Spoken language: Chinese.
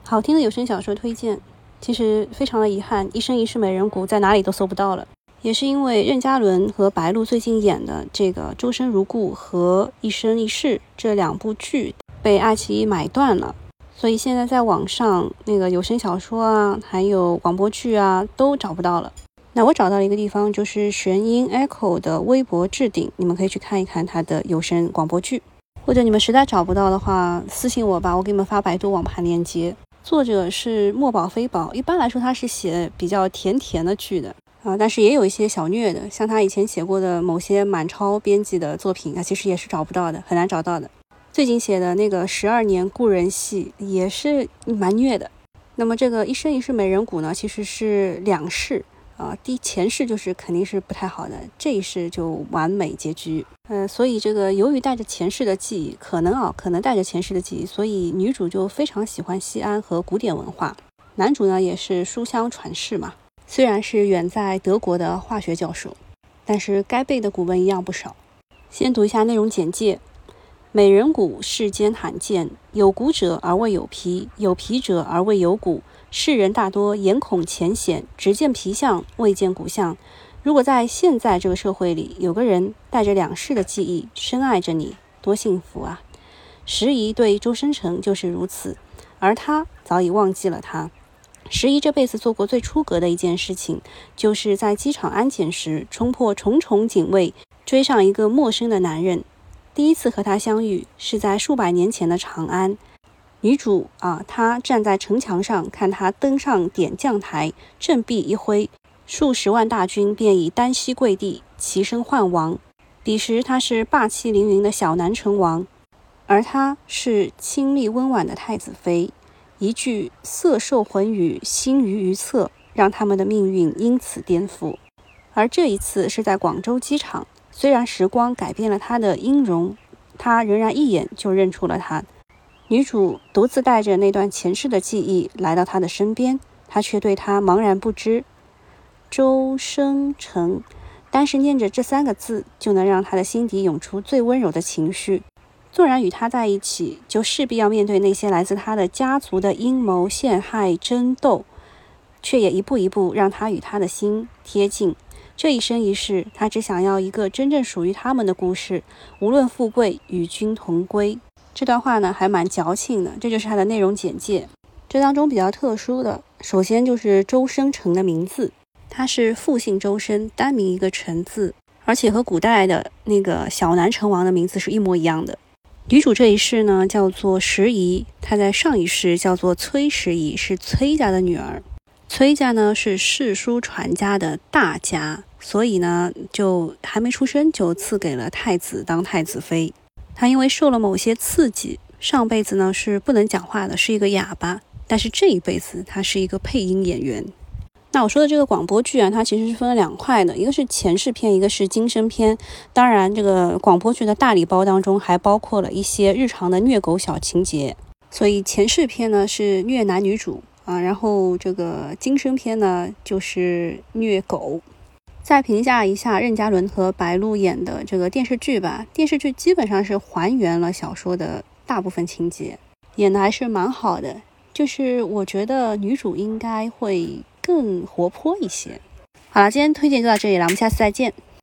好听的有声小说推荐，其实非常的遗憾，《一生一世美人谷》在哪里都搜不到了。也是因为任嘉伦和白鹿最近演的这个《周生如故》和《一生一世》这两部剧被爱奇艺买断了，所以现在在网上那个有声小说啊，还有广播剧啊都找不到了。那我找到了一个地方，就是玄音 Echo 的微博置顶，你们可以去看一看它的有声广播剧，或者你们实在找不到的话，私信我吧，我给你们发百度网盘链接。作者是墨宝非宝，一般来说他是写比较甜甜的剧的但是也有一些小虐的，像他以前写过的某些满超编辑的作品其实也是找不到的，很难找到的。最近写的那个12年故人戏也是蛮虐的。那么这个一生一世美人谷呢，其实是两世前世就是肯定是不太好的，这一世就完美结局。所以这个由于带着前世的记忆，可能带着前世的记忆，所以女主就非常喜欢西安和古典文化，男主呢也是书香传世嘛。虽然是远在德国的化学教授，但是该背的古文一样不少。先读一下内容简介。美人骨世间罕见，有骨者而未有皮，有皮者而未有骨。世人大多眼孔浅显，只见皮相，未见骨相。如果在现在这个社会里，有个人带着两世的记忆深爱着你，多幸福啊！时宜对周生辰就是如此，而他早已忘记了他。时宜这辈子做过最出格的一件事情，就是在机场安检时冲破重重警卫，追上一个陌生的男人。第一次和他相遇是在数百年前的长安。女主她站在城墙上看他登上点将台，振臂一挥，数十万大军便已单膝跪地，齐声唤王。彼时他是霸气凌云的小南城王，而她是清丽温婉的太子妃。一句色受魂语，心于侧，让他们的命运因此颠覆。而这一次是在广州机场，虽然时光改变了她的音容，她仍然一眼就认出了她。女主独自带着那段前世的记忆来到他的身边，他却对他茫然不知。周生辰，单是念着这3个字，就能让他的心底涌出最温柔的情绪。纵然与他在一起，就势必要面对那些来自他的家族的阴谋陷害争斗，却也一步一步让他与他的心贴近。这一生一世，他只想要一个真正属于他们的故事，无论富贵，与君同归。这段话呢还蛮矫情的，这就是它的内容简介。这当中比较特殊的，首先就是周生辰的名字，他是复姓周生，单名一个辰字，而且和古代的那个小南城王的名字是一模一样的。女主这一世呢叫做时宜，她在上一世叫做崔时宜，是崔家的女儿。崔家呢是世书传家的大家，所以呢就还没出生就赐给了太子当太子妃。他因为受了某些刺激，上辈子呢是不能讲话的，是一个哑巴，但是这一辈子他是一个配音演员。那我说的这个广播剧它其实是分了2块的，一个是前世篇，一个是今生篇。当然这个广播剧的大礼包当中还包括了一些日常的虐狗小情节，所以前世篇呢是虐男女主然后这个今生篇呢就是虐狗。再评价一下任嘉伦和白鹿演的这个电视剧吧，电视剧基本上是还原了小说的大部分情节，演的还是蛮好的，就是我觉得女主应该会更活泼一些。好了，今天推荐就到这里了，我们下次再见。